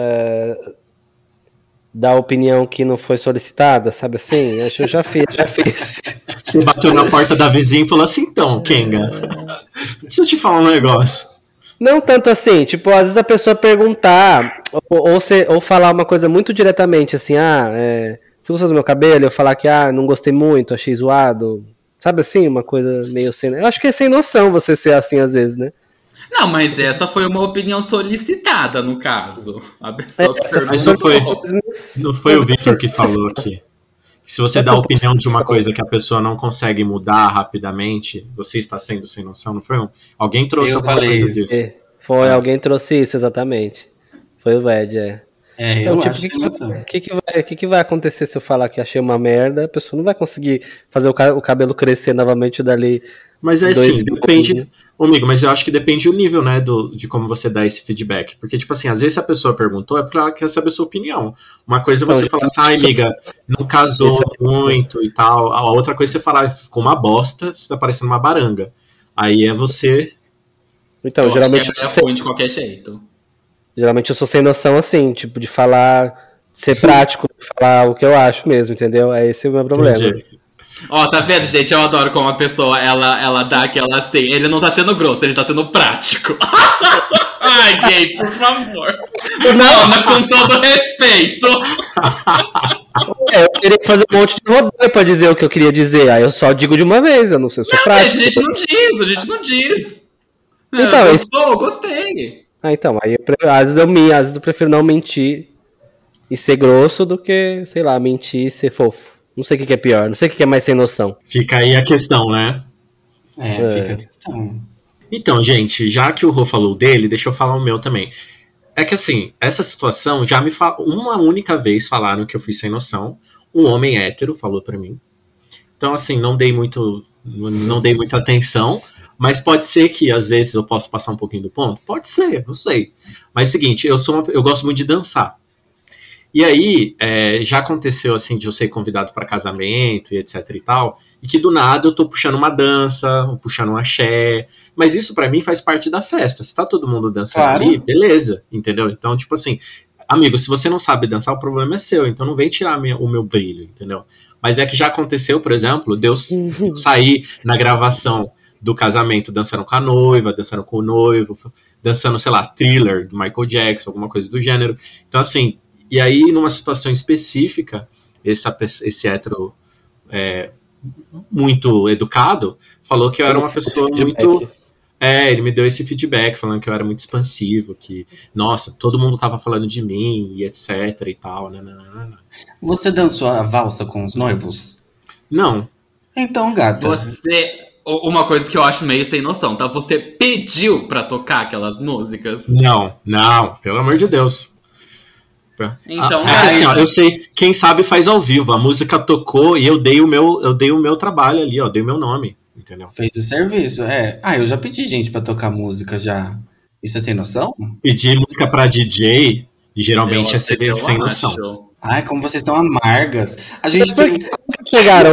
S3: da opinião que não foi solicitada, sabe assim? Acho que eu já fiz.
S4: Você bateu na porta da vizinha e falou assim, então, Kenga, deixa eu te falar um negócio.
S3: Não tanto assim, tipo, às vezes a pessoa perguntar, ou falar uma coisa muito diretamente, assim, você gostou do meu cabelo? Eu falar que, não gostei muito, achei zoado, sabe assim? Uma coisa meio sem... Eu acho que é sem noção você ser assim às vezes, né?
S5: Não, mas essa foi uma opinião solicitada, no caso. A pessoa
S4: mas não foi o Victor que falou aqui. Se você dá a opinião de uma coisa que a pessoa não consegue mudar rapidamente, você está sendo sem noção, não foi? Alguém trouxe alguma coisa disso.
S3: Alguém trouxe isso, exatamente. Foi o Ed,
S2: então, eu acho sem noção.
S3: O que vai acontecer se eu falar que achei uma merda? A pessoa não vai conseguir fazer o cabelo crescer novamente dali.
S4: Mas assim, depende... Amigo, mas eu acho que depende do nível, né, de como você dá esse feedback. Porque, tipo assim, às vezes a pessoa perguntou, é porque ela quer saber a sua opinião. Uma coisa é você falar assim, amiga, não casou muito e tal. A outra coisa é você falar, ficou uma bosta, você tá parecendo uma baranga. Aí é você...
S3: Então, geralmente...
S5: de qualquer jeito.
S3: Geralmente eu sou sem noção assim, tipo, de falar, ser prático, de falar o que eu acho mesmo, entendeu? Esse é o meu problema.
S4: Entendi.
S5: Tá vendo, gente? Eu adoro como a pessoa, ela dá aquela assim, ele não tá sendo grosso, ele tá sendo prático. Ai, gay, por favor. Não, com todo respeito.
S3: Eu teria que fazer um monte de rodeio pra dizer o que eu queria dizer. Aí eu só digo de uma vez, eu não sei, eu sou prático.
S5: A gente não diz.
S3: Então,
S5: eu gostei.
S3: Então, aí às vezes eu prefiro não mentir e ser grosso do que, sei lá, mentir e ser fofo. Não sei o que é pior, não sei o que é mais sem noção.
S4: Fica aí a questão, né?
S2: Fica a questão.
S4: Então, gente, já que o Rô falou dele, deixa eu falar o meu também. É que assim, essa situação já me uma única vez falaram que eu fui sem noção. Um homem hétero falou pra mim. Então, assim, não dei muita atenção. Mas pode ser que às vezes eu possa passar um pouquinho do ponto? Pode ser, não sei. Mas é o seguinte, eu gosto muito de dançar. E aí, já aconteceu assim de eu ser convidado para casamento e etc e tal, e que do nada eu tô puxando uma dança, puxando um axé, mas isso para mim faz parte da festa. Se tá todo mundo dançando ali, beleza, entendeu? Então, tipo assim, amigo, se você não sabe dançar, o problema é seu, então não vem tirar o meu brilho, entendeu? Mas é que já aconteceu, por exemplo, de eu sair na gravação do casamento dançando com a noiva, dançando com o noivo, dançando, sei lá, Thriller do Michael Jackson, alguma coisa do gênero. Então, assim, e aí, numa situação específica, esse hétero muito educado falou que eu era uma pessoa muito... ele me deu esse feedback, falando que eu era muito expansivo, que, nossa, todo mundo tava falando de mim, e etc e tal, né.
S2: Você dançou a valsa com os noivos?
S4: Não.
S2: Então, gata...
S5: Uma coisa que eu acho meio sem noção, tá? Você pediu pra tocar aquelas músicas?
S4: Não, pelo amor de Deus.
S5: Então,
S4: assim, ó, eu sei, quem sabe faz ao vivo. A música tocou e eu dei o meu trabalho ali, ó, dei o meu nome, entendeu?
S2: Fez o serviço, eu já pedi gente pra tocar música já. Isso é sem noção?
S4: Pedir música pra DJ, geralmente é ser sem noção.
S2: Ai, como vocês são amargas. A gente tem...
S3: chegaram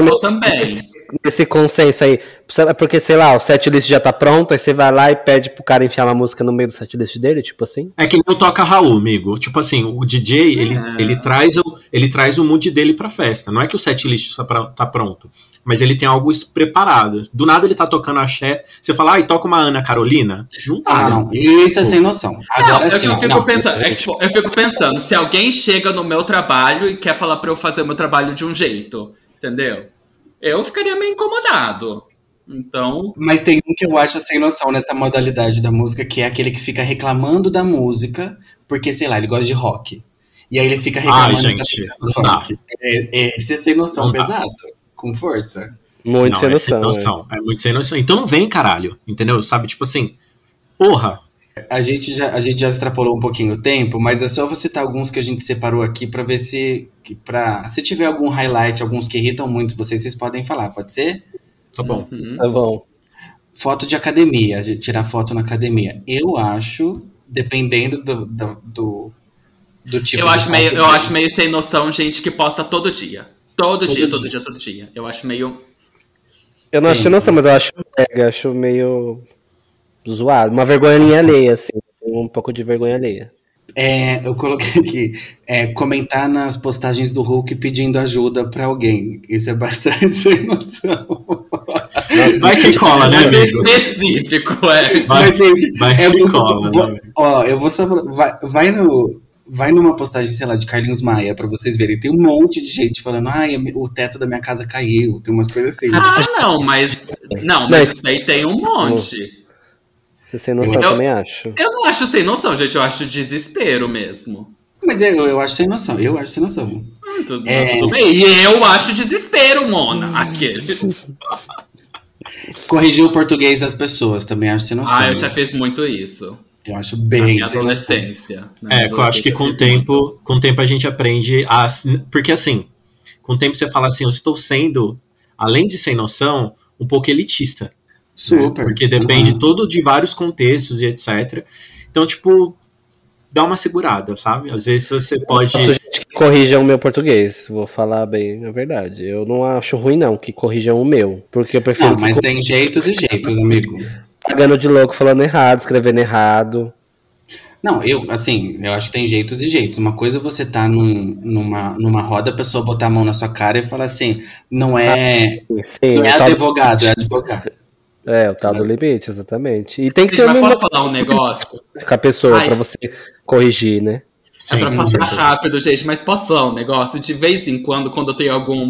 S3: nesse consenso aí? Porque, sei lá, o setlist já tá pronto, aí você vai lá e pede pro cara enfiar uma música no meio do setlist dele, tipo assim?
S4: É que não toca Raul, amigo. Tipo assim, o DJ, ele traz o mood dele pra festa. Não é que o setlist tá pronto, mas ele tem algo preparado. Do nada ele tá tocando axé, você fala, toca uma Ana Carolina? Não tá.
S2: Não. Isso é sem noção. Agora sim.
S5: Eu fico pensando, se alguém chega no meu trabalho e quer falar pra eu fazer o meu trabalho de um jeito, entendeu? Eu ficaria meio incomodado. Então...
S2: Mas tem um que eu acho sem noção nessa modalidade da música, que é aquele que fica reclamando da música, porque, sei lá, ele gosta de rock. E aí ele fica reclamando do rock. Esse é sem noção pesado, com força.
S3: Muito sem noção.
S4: É muito sem noção. Então não vem, caralho. Entendeu? Sabe, tipo assim, porra.
S2: A gente já extrapolou um pouquinho o tempo, mas é só eu citar alguns que a gente separou aqui pra ver se tiver algum highlight, alguns que irritam muito vocês podem falar, pode ser?
S4: Tá bom.
S3: Tá bom.
S2: Foto de academia, tirar foto na academia. Eu acho, dependendo do tipo
S5: eu acho meio sem noção gente que posta todo dia. Todo dia. Eu acho meio...
S3: Eu não acho sem noção, mas eu acho meio... zoado, uma vergonha alheia, assim, um pouco de vergonha alheia.
S2: Eu coloquei aqui, comentar nas postagens do Hulk pedindo ajuda pra alguém. Isso é bastante sem noção.
S4: Nossa, vai que cola, né, amigo?
S5: Específico,
S2: Vai que
S4: cola, né?
S2: Ó, eu vou só... Vai numa postagem, sei lá, de Carlinhos Maia, pra vocês verem. Tem um monte de gente falando, o teto da minha casa caiu. Tem umas coisas assim.
S5: Mas isso aí tem um monte.
S3: Você sem noção, eu também acho.
S5: Eu não acho sem noção, gente. Eu acho desespero mesmo.
S2: Mas eu acho sem noção.
S5: Tudo bem. E eu acho desespero, Mona. Aquele.
S2: Corrigir o português das pessoas também acho sem noção.
S5: Eu já fiz muito isso.
S2: Eu acho bem sem
S5: adolescência.
S4: Eu acho que com o tempo a gente aprende a... Porque assim, com o tempo você fala assim, eu estou sendo, além de sem noção, um pouco elitista.
S2: Super.
S4: Né? Porque depende de vários contextos e etc. Então, tipo, dá uma segurada, sabe? Às vezes você pode...
S3: Eu gente que corrijam o meu português, vou falar bem a verdade. Eu não acho ruim, não, que corrijam o meu. Porque eu prefiro...
S2: Não, mas tem jeitos e jeitos, amigo.
S3: Pagando de louco, falando errado, escrevendo errado.
S2: Não, eu acho que tem jeitos e jeitos. Uma coisa é você tá numa roda, a pessoa botar a mão na sua cara e falar assim, não é advogado, é advogado.
S3: O tal do limite, exatamente. E tem que ter
S5: posso falar um negócio?
S3: Com a pessoa, pra você corrigir, né?
S5: Sim, pra passar rápido, gente, mas posso falar um negócio? De vez em quando eu tenho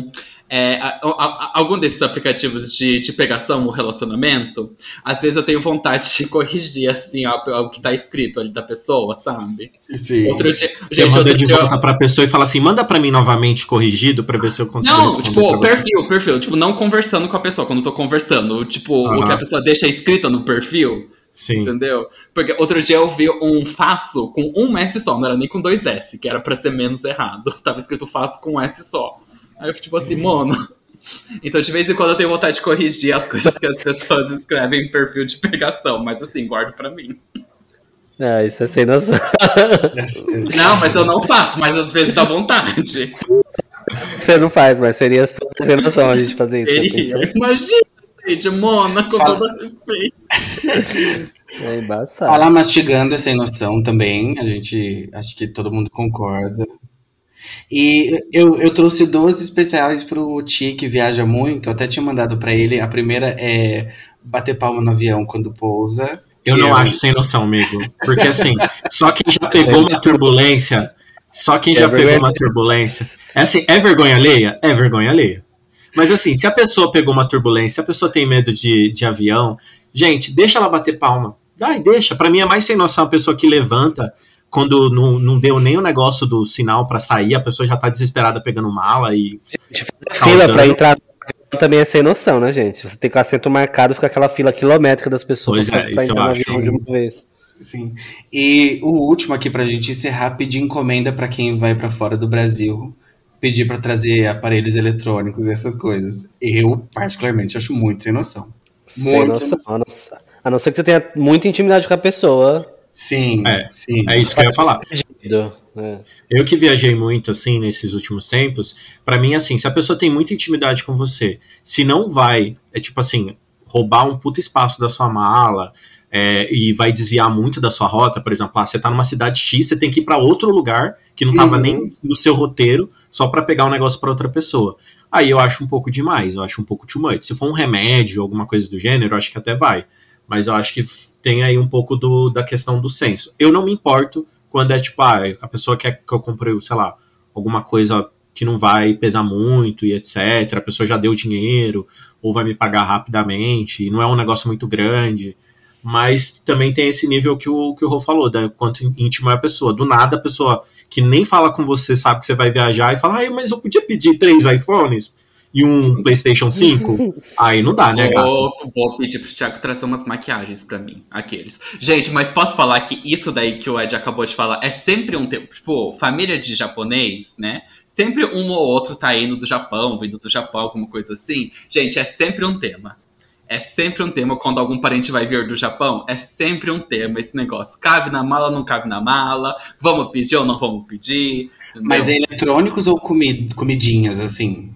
S5: algum desses aplicativos de pegação no relacionamento, às vezes eu tenho vontade de corrigir, assim, o que tá escrito ali da pessoa, sabe?
S2: Sim.
S5: Outro dia,
S4: você manda de volta pra pessoa e fala assim, manda pra mim novamente corrigido pra ver se eu consigo
S5: responder. Não, perfil, tipo, não conversando com a pessoa, quando eu tô conversando, tipo, o que a pessoa deixa escrito no perfil.
S4: Sim.
S5: Entendeu? Porque outro dia eu vi um faço com um S só, não era nem com 2 S, que era pra ser menos errado. Tava escrito faço com um S só. Aí eu fico tipo assim, mano. Então de vez em quando eu tenho vontade de corrigir as coisas que as pessoas escrevem em perfil de pegação, mas assim, guardo pra mim.
S3: Isso é sem noção.
S5: Não, mas eu não faço, mas às vezes dá vontade.
S3: Você não faz, mas seria super sem noção a gente fazer isso.
S5: Imagina, gente, Mona, com todo respeito.
S3: É embaçado.
S2: Falar mastigando é sem noção também. Acho que todo mundo concorda. E eu trouxe 2 especiais pro Ti, que viaja muito. Eu até tinha mandado pra ele. A primeira é bater palma no avião quando pousa.
S4: Eu não acho sem noção, amigo. Porque assim, só quem já pegou uma turbulência. É assim, é vergonha alheia? É vergonha alheia. Mas assim, se a pessoa pegou uma turbulência, se a pessoa tem medo de avião, gente, deixa ela bater palma. Deixa. Pra mim é mais sem noção a pessoa que levanta quando não deu nem o negócio do sinal pra sair, a pessoa já tá desesperada pegando mala e...
S3: fila pra entrar também é sem noção, né, gente? Você tem com o assento marcado, fica aquela fila quilométrica das pessoas pra entrar no avião de uma vez.
S2: Sim. E o último aqui pra gente encerrar, pedir encomenda pra quem vai pra fora do Brasil, pedir pra trazer aparelhos eletrônicos e essas coisas. Eu, particularmente, acho muito sem noção.
S3: Sem noção. A não ser que você tenha muita intimidade com a pessoa.
S2: Sim, sim.
S4: É isso que eu ia falar.
S3: É.
S4: Eu que viajei muito, assim, nesses últimos tempos, pra mim, assim, se a pessoa tem muita intimidade com você, se não vai, tipo assim, roubar um puta espaço da sua mala, e vai desviar muito da sua rota, por exemplo, você tá numa cidade X, você tem que ir pra outro lugar que não tava nem no seu roteiro, só pra pegar um negócio pra outra pessoa. Aí eu acho um pouco demais, eu acho um pouco too much. Se for um remédio, alguma coisa do gênero, eu acho que até vai. Mas eu acho que tem aí um pouco da questão do senso. Eu não me importo quando é tipo, a pessoa quer que eu compre, sei lá, alguma coisa que não vai pesar muito e etc. A pessoa já deu dinheiro, ou vai me pagar rapidamente, e não é um negócio muito grande. Mas também tem esse nível que o Rô falou, da quanto íntimo é a pessoa. Do nada, a pessoa que nem fala com você sabe que você vai viajar e fala, mas eu podia pedir 3 iPhones e um PlayStation 5? Aí não dá, né, gato?
S5: Vou pedir pro Thiago trazer umas maquiagens pra mim, aqueles. Gente, mas posso falar que isso daí que o Ed acabou de falar é sempre um tempo, tipo, família de japonês, né? Sempre um ou outro tá indo do Japão, vindo do Japão, alguma coisa assim. Gente, é sempre um tema. É sempre um tema quando algum parente vai vir do Japão. É sempre um tema esse negócio. Cabe na mala, não cabe na mala? Vamos pedir ou não vamos pedir? Entendeu?
S2: Mas é eletrônicos ou comidinhas, assim?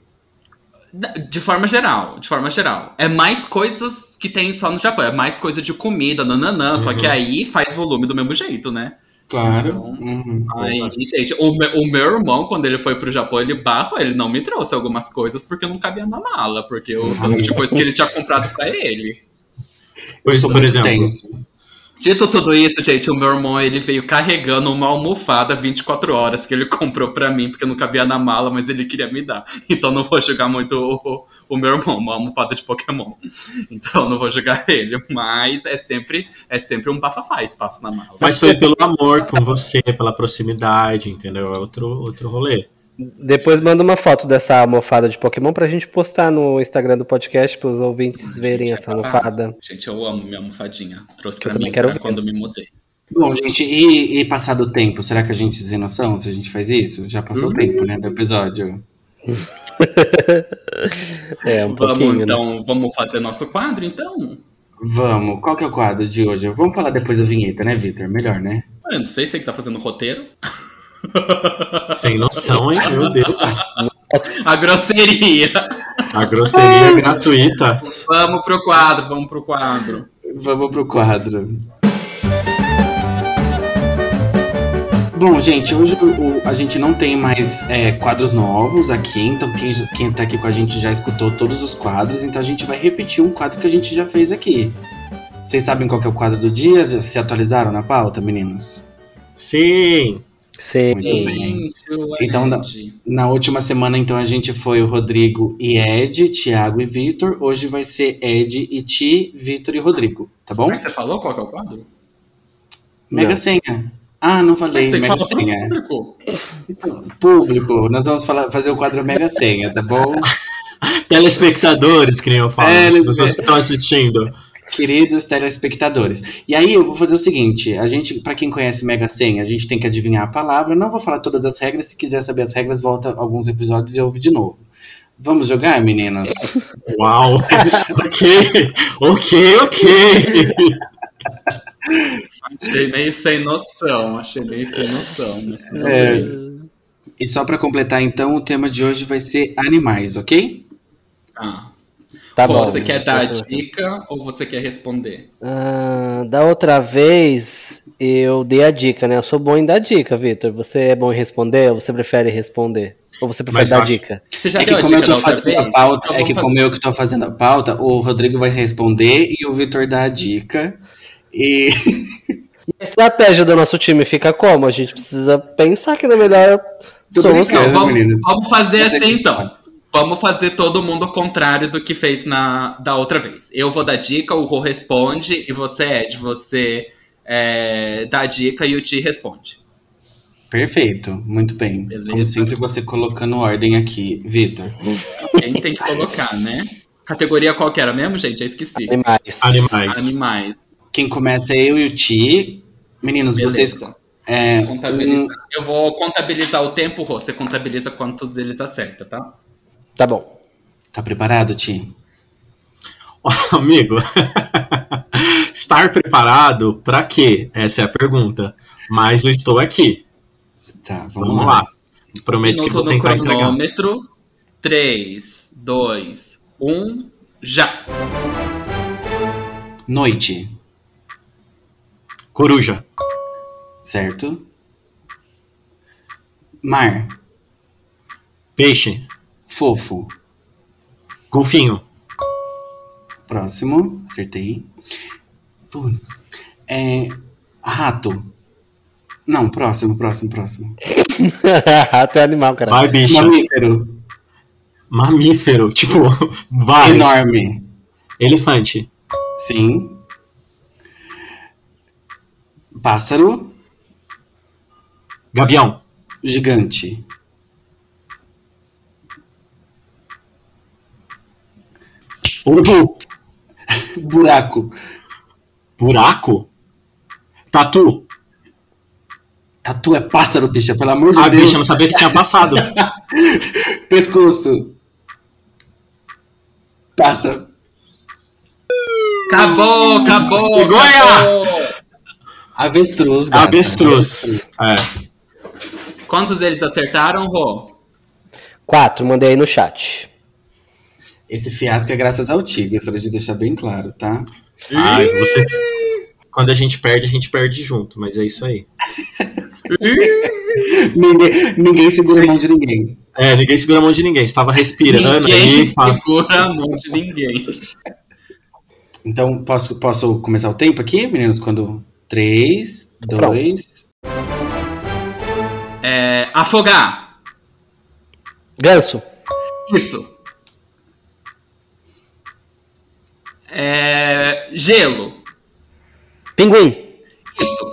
S5: De forma geral. É mais coisas que tem só no Japão. É mais coisa de comida, nananã. Só que aí faz volume do mesmo jeito, né?
S2: Claro.
S5: Então, aí, gente, o meu irmão, quando ele foi pro Japão, ele não me trouxe algumas coisas porque não cabia na mala, porque o tanto de coisa que ele tinha comprado pra ele.
S2: Pois, por exemplo.
S5: Dito tudo isso, gente, o meu irmão, ele veio carregando uma almofada 24 horas que ele comprou pra mim, porque não cabia na mala, mas ele queria me dar. Então não vou julgar muito o meu irmão, uma almofada de Pokémon. Então não vou julgar ele, mas é sempre um bafafá espaço na mala.
S4: Mas foi pelo amor com você, pela proximidade, entendeu? É outro rolê.
S3: Depois manda uma foto dessa almofada de Pokémon pra gente postar no Instagram do podcast pros ouvintes verem essa almofada.
S5: Gente, eu amo minha almofadinha. Trouxe pra
S3: mim
S5: quando me mudei.
S2: Bom, gente, e passado o tempo, será que a gente tem noção se a gente faz isso? Já passou o tempo, né, do episódio.
S3: Pouquinho,
S5: então,
S3: né?
S5: Vamos fazer nosso quadro, então?
S2: Vamos. Qual que é o quadro de hoje? Vamos falar depois da vinheta, né, Vitor? Melhor, né?
S5: Eu não sei, você que tá fazendo o roteiro.
S4: Sem noção, hein? Meu Deus.
S5: A grosseria.
S4: A grosseria gratuita.
S5: Vamos pro quadro.
S2: Vamos pro quadro. Bom, gente, hoje a gente não tem mais quadros novos aqui, então quem tá aqui com a gente já escutou todos os quadros, então a gente vai repetir um quadro que a gente já fez aqui. Vocês sabem qual que é o quadro do dia? Se atualizaram na pauta, meninos?
S4: Sim!
S2: Muito bem. Então, na última semana, então, a gente foi o Rodrigo e Ed, Thiago e Vitor. Hoje vai ser Ed e Ti, Vitor e Rodrigo, tá bom?
S5: Mas você falou qual que é o quadro?
S2: Mega Senha. Ah, não falei, Mega Senha. Público. Nós vamos fazer o quadro Mega Senha, tá bom?
S4: Telespectadores, que nem eu falo, as pessoas que estão assistindo.
S2: Queridos telespectadores. E aí eu vou fazer o seguinte, pra quem conhece Mega Senha, a gente tem que adivinhar a palavra. Não vou falar todas as regras, se quiser saber as regras, volta alguns episódios e ouve de novo. Vamos jogar, meninos?
S4: Uau! Ok.
S5: Achei meio sem noção.
S2: E só pra completar, então, o tema de hoje vai ser animais, ok?
S3: Tá bom.
S5: Você quer dar a dica ou você quer responder?
S3: Da outra vez eu dei a dica, né? Eu sou bom em dar dica, Vitor. Você é bom em responder ou você prefere responder? Ou você prefere dar dica?
S5: Você já deu a dica da outra vez?
S2: Como eu que tô fazendo a pauta, o Rodrigo vai responder e o Vitor dá a dica. E
S3: a estratégia do nosso time fica como? A gente precisa pensar que na melhor solução.
S5: Vamos fazer assim, então. Vamos fazer todo mundo ao contrário do que fez da outra vez. Eu vou dar dica, o Rô responde, e você, Ed, você dá a dica e o Ti responde.
S2: Perfeito, muito bem.
S5: Beleza.
S2: Como sempre, você colocando ordem aqui, Vitor.
S5: Quem tem que colocar, né? Categoria qual que era mesmo, gente? Eu esqueci.
S4: Animais.
S2: Quem começa é eu e o Ti. Meninos,
S5: Beleza.
S2: vocês...
S5: Eu vou contabilizar o tempo, Rô. Você contabiliza quantos eles acertam, tá?
S3: Tá bom.
S2: Tá preparado, Ti?
S4: Amigo, estar preparado pra quê? Essa é a pergunta. Mas eu estou aqui.
S2: Tá,
S4: vamos lá. Prometo que vou tentar entregar.
S5: Cronômetro. 3, 2, 1, já.
S2: Noite.
S4: Coruja.
S2: Certo. Mar.
S4: Peixe.
S2: Fofo.
S4: Golfinho.
S2: Próximo. Acertei. Rato. Não, próximo.
S3: Rato é animal, cara.
S4: Vai, bicho. Mamífero. Tipo, vai.
S2: Enorme.
S4: Elefante.
S2: Sim. Pássaro.
S4: Gavião.
S2: Gigante.
S4: Urubu.
S2: Buraco.
S4: Buraco? Tatu.
S2: Tatu é pássaro, bicha, pelo amor de Deus.
S4: Bicha, eu não sabia que tinha passado.
S2: Pescoço. Passa.
S5: Acabou.
S4: Vergonha!
S2: Avestruz, gata.
S4: Avestruz. É.
S5: Quantos deles acertaram, Rô?
S3: 4, mandei aí no chat.
S2: Esse fiasco é graças ao Ti, gostaria de deixar bem claro, tá?
S4: Você... Quando a gente perde junto, mas é isso aí.
S2: ninguém segura a mão de ninguém.
S4: Ninguém segura a mão de ninguém. Você estava respirando
S5: ninguém
S4: aí.
S5: Segura a mão de ninguém.
S2: Então, posso começar o tempo aqui, meninos? Quando... 3, 2...
S5: Afogar.
S3: Ganso.
S5: Isso. Gelo.
S3: Pinguim.
S5: Isso.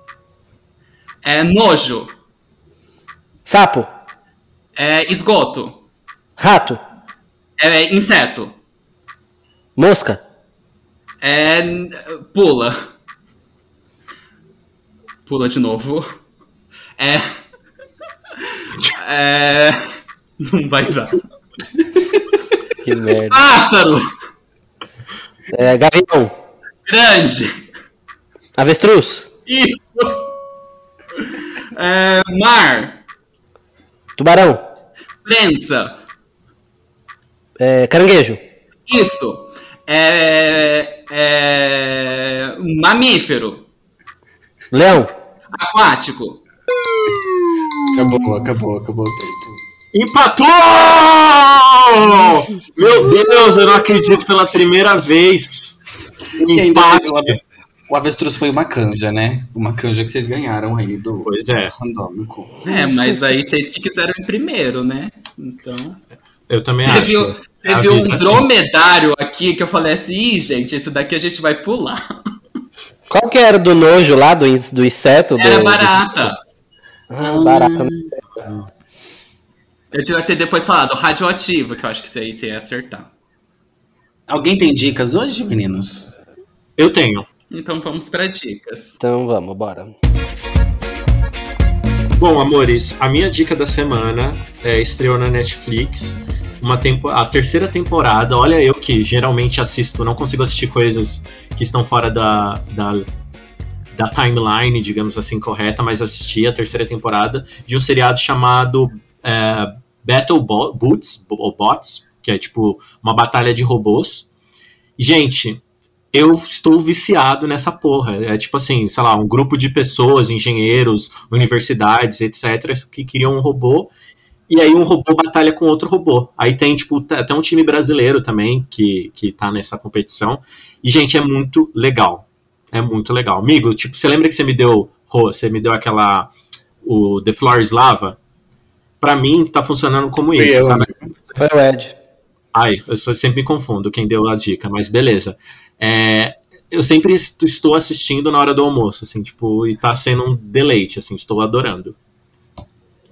S5: Nojo.
S3: Sapo.
S5: Esgoto.
S3: Rato.
S5: Inseto.
S3: Mosca.
S5: Pula. Pula de novo. Não vai dar.
S3: Que merda.
S5: Pássaro.
S3: Gavião.
S5: Grande.
S3: Avestruz.
S5: Isso. Mar.
S3: Tubarão.
S5: Prensa.
S3: Caranguejo.
S5: Isso. Mamífero.
S3: Leão.
S5: Aquático.
S2: Acabou o tempo.
S4: Empatou! Meu Deus, eu não acredito pela primeira vez.
S2: O avestruz foi uma canja, né? Uma canja que vocês ganharam aí do randômico.
S5: Mas aí vocês que quiseram em primeiro, né? Então.
S4: Eu também acho.
S5: Teve um dromedário aqui que eu falei assim, gente, esse daqui a gente vai pular.
S3: Qual que era do nojo lá, do inseto?
S5: Era barata.
S3: Barata, né?
S5: Eu devia ter depois falado radioativo, que eu acho que você ia acertar.
S2: Alguém tem dicas hoje, meninos?
S4: Eu tenho.
S5: Então vamos para dicas.
S3: Então vamos, bora.
S4: Bom, amores, a minha dica da semana estreou na Netflix a terceira temporada. Olha, eu que geralmente não consigo assistir coisas que estão fora da timeline, digamos assim, correta, mas assisti a terceira temporada de um seriado chamado Battle Bots, que é tipo uma batalha de robôs. Gente, eu estou viciado nessa porra. É tipo assim, sei lá, um grupo de pessoas, engenheiros, universidades, etc., que criam um robô, e aí um robô batalha com outro robô. Aí tem, tipo, até um time brasileiro também que tá nessa competição. E, gente, é muito legal. É muito legal. Amigo, tipo, você lembra que você me deu o The Floor is Lava? Pra mim, tá funcionando como isso, sabe?
S3: Foi o Ed.
S4: Eu sempre me confundo quem deu a dica, mas beleza. Eu sempre estou assistindo na hora do almoço, assim, tipo, e tá sendo um deleite, assim, estou adorando.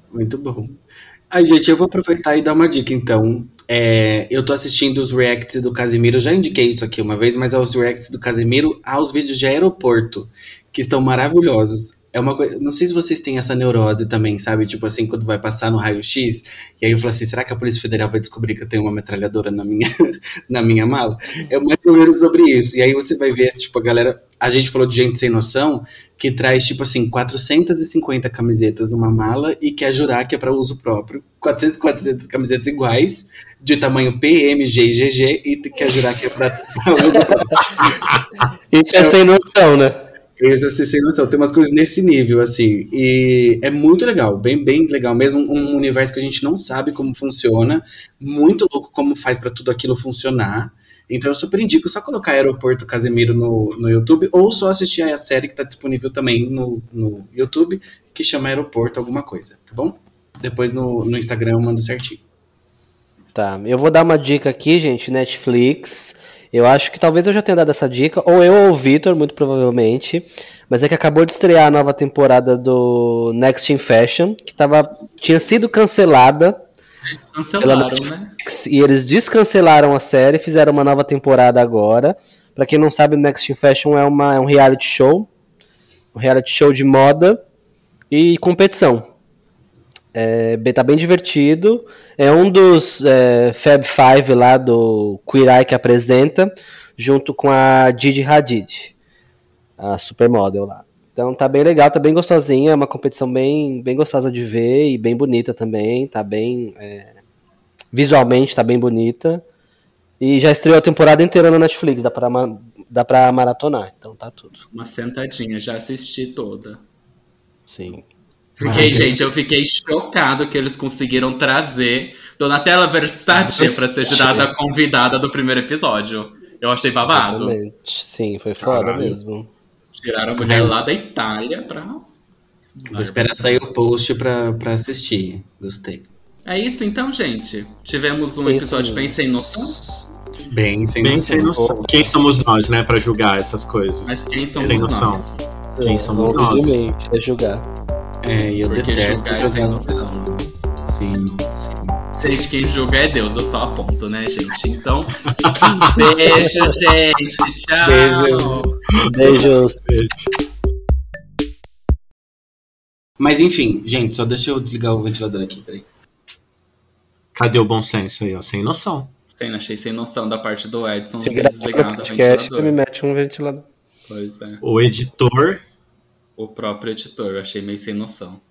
S2: Muito bom. Ai, gente, eu vou aproveitar e dar uma dica, então. Eu tô assistindo os reacts do Casimiro, já indiquei isso aqui uma vez, mas é os reacts do Casimiro aos vídeos de aeroporto, que estão maravilhosos. É uma coisa, não sei se vocês têm essa neurose também, sabe? Tipo assim, quando vai passar no raio-x, e aí eu falo assim, será que a Polícia Federal vai descobrir que eu tenho uma metralhadora na minha, na minha mala? É mais ou menos sobre isso. E aí você vai ver, tipo, a galera... A gente falou de gente sem noção, que traz, tipo assim, 450 camisetas numa mala e quer jurar que é para uso próprio. 400 camisetas iguais, de tamanho P, M, G e GG, e quer jurar que é para uso próprio.
S3: Isso é sem noção, né?
S2: Isso é sem noção. Tem umas coisas nesse nível, assim. E é muito legal, bem, bem legal mesmo. Um universo que a gente não sabe como funciona. Muito louco como faz para tudo aquilo funcionar. Então eu super indico só colocar Aeroporto Casimiro no YouTube ou só assistir a série que tá disponível também no YouTube, que chama Aeroporto alguma coisa, tá bom? Depois no Instagram eu mando certinho.
S3: Tá, eu vou dar uma dica aqui, gente, Netflix. Eu acho que talvez eu já tenha dado essa dica, ou eu ou o Vitor, muito provavelmente, mas é que acabou de estrear a nova temporada do Next in Fashion, que tinha sido cancelada pela Netflix, né? E eles descancelaram a série, fizeram uma nova temporada agora. Pra quem não sabe, o Next in Fashion é um reality show de moda e competição. Tá bem divertido. É um dos Fab Five lá do Queer Eye que apresenta, junto com a Gigi Hadid, a supermodel lá. Então tá bem legal, tá bem gostosinha, é uma competição bem, bem gostosa de ver e bem bonita também, tá bem... visualmente tá bem bonita. E já estreou a temporada inteira na Netflix, dá pra maratonar, então tá tudo.
S5: Uma sentadinha, já assisti toda.
S3: Sim.
S5: Porque, gente, eu fiquei chocado que eles conseguiram trazer Donatella Versace pra ser jurada convidada do primeiro episódio. Eu achei babado.
S3: Exatamente. Sim, foi foda mesmo.
S5: Tiraram a mulher lá da Itália pra...
S2: Vou esperar sair o post pra assistir. Gostei.
S5: É isso então, gente. Tivemos um episódio bem sem noção.
S2: Bem sem noção.
S4: Quem somos nós, né, pra julgar essas coisas?
S5: Mas quem somos
S4: sem noção?
S5: Nós?
S4: Quem somos nós?
S3: É julgar.
S2: Eu
S5: porque
S2: detesto
S5: julgar
S2: as pessoas. Sim.
S5: Gente, quem julga é Deus, eu só aponto, né, gente? Então, beijo, gente. Tchau.
S3: Beijos.
S2: Mas enfim, gente, só deixa eu desligar o ventilador aqui, peraí.
S4: Cadê o bom senso aí, ó? Sem noção.
S5: Achei sem noção da parte do Edson
S3: de
S5: desligar o
S3: ventilador. Me mete um ventilador.
S5: Pois é.
S4: O editor.
S5: O próprio editor, eu achei meio sem noção.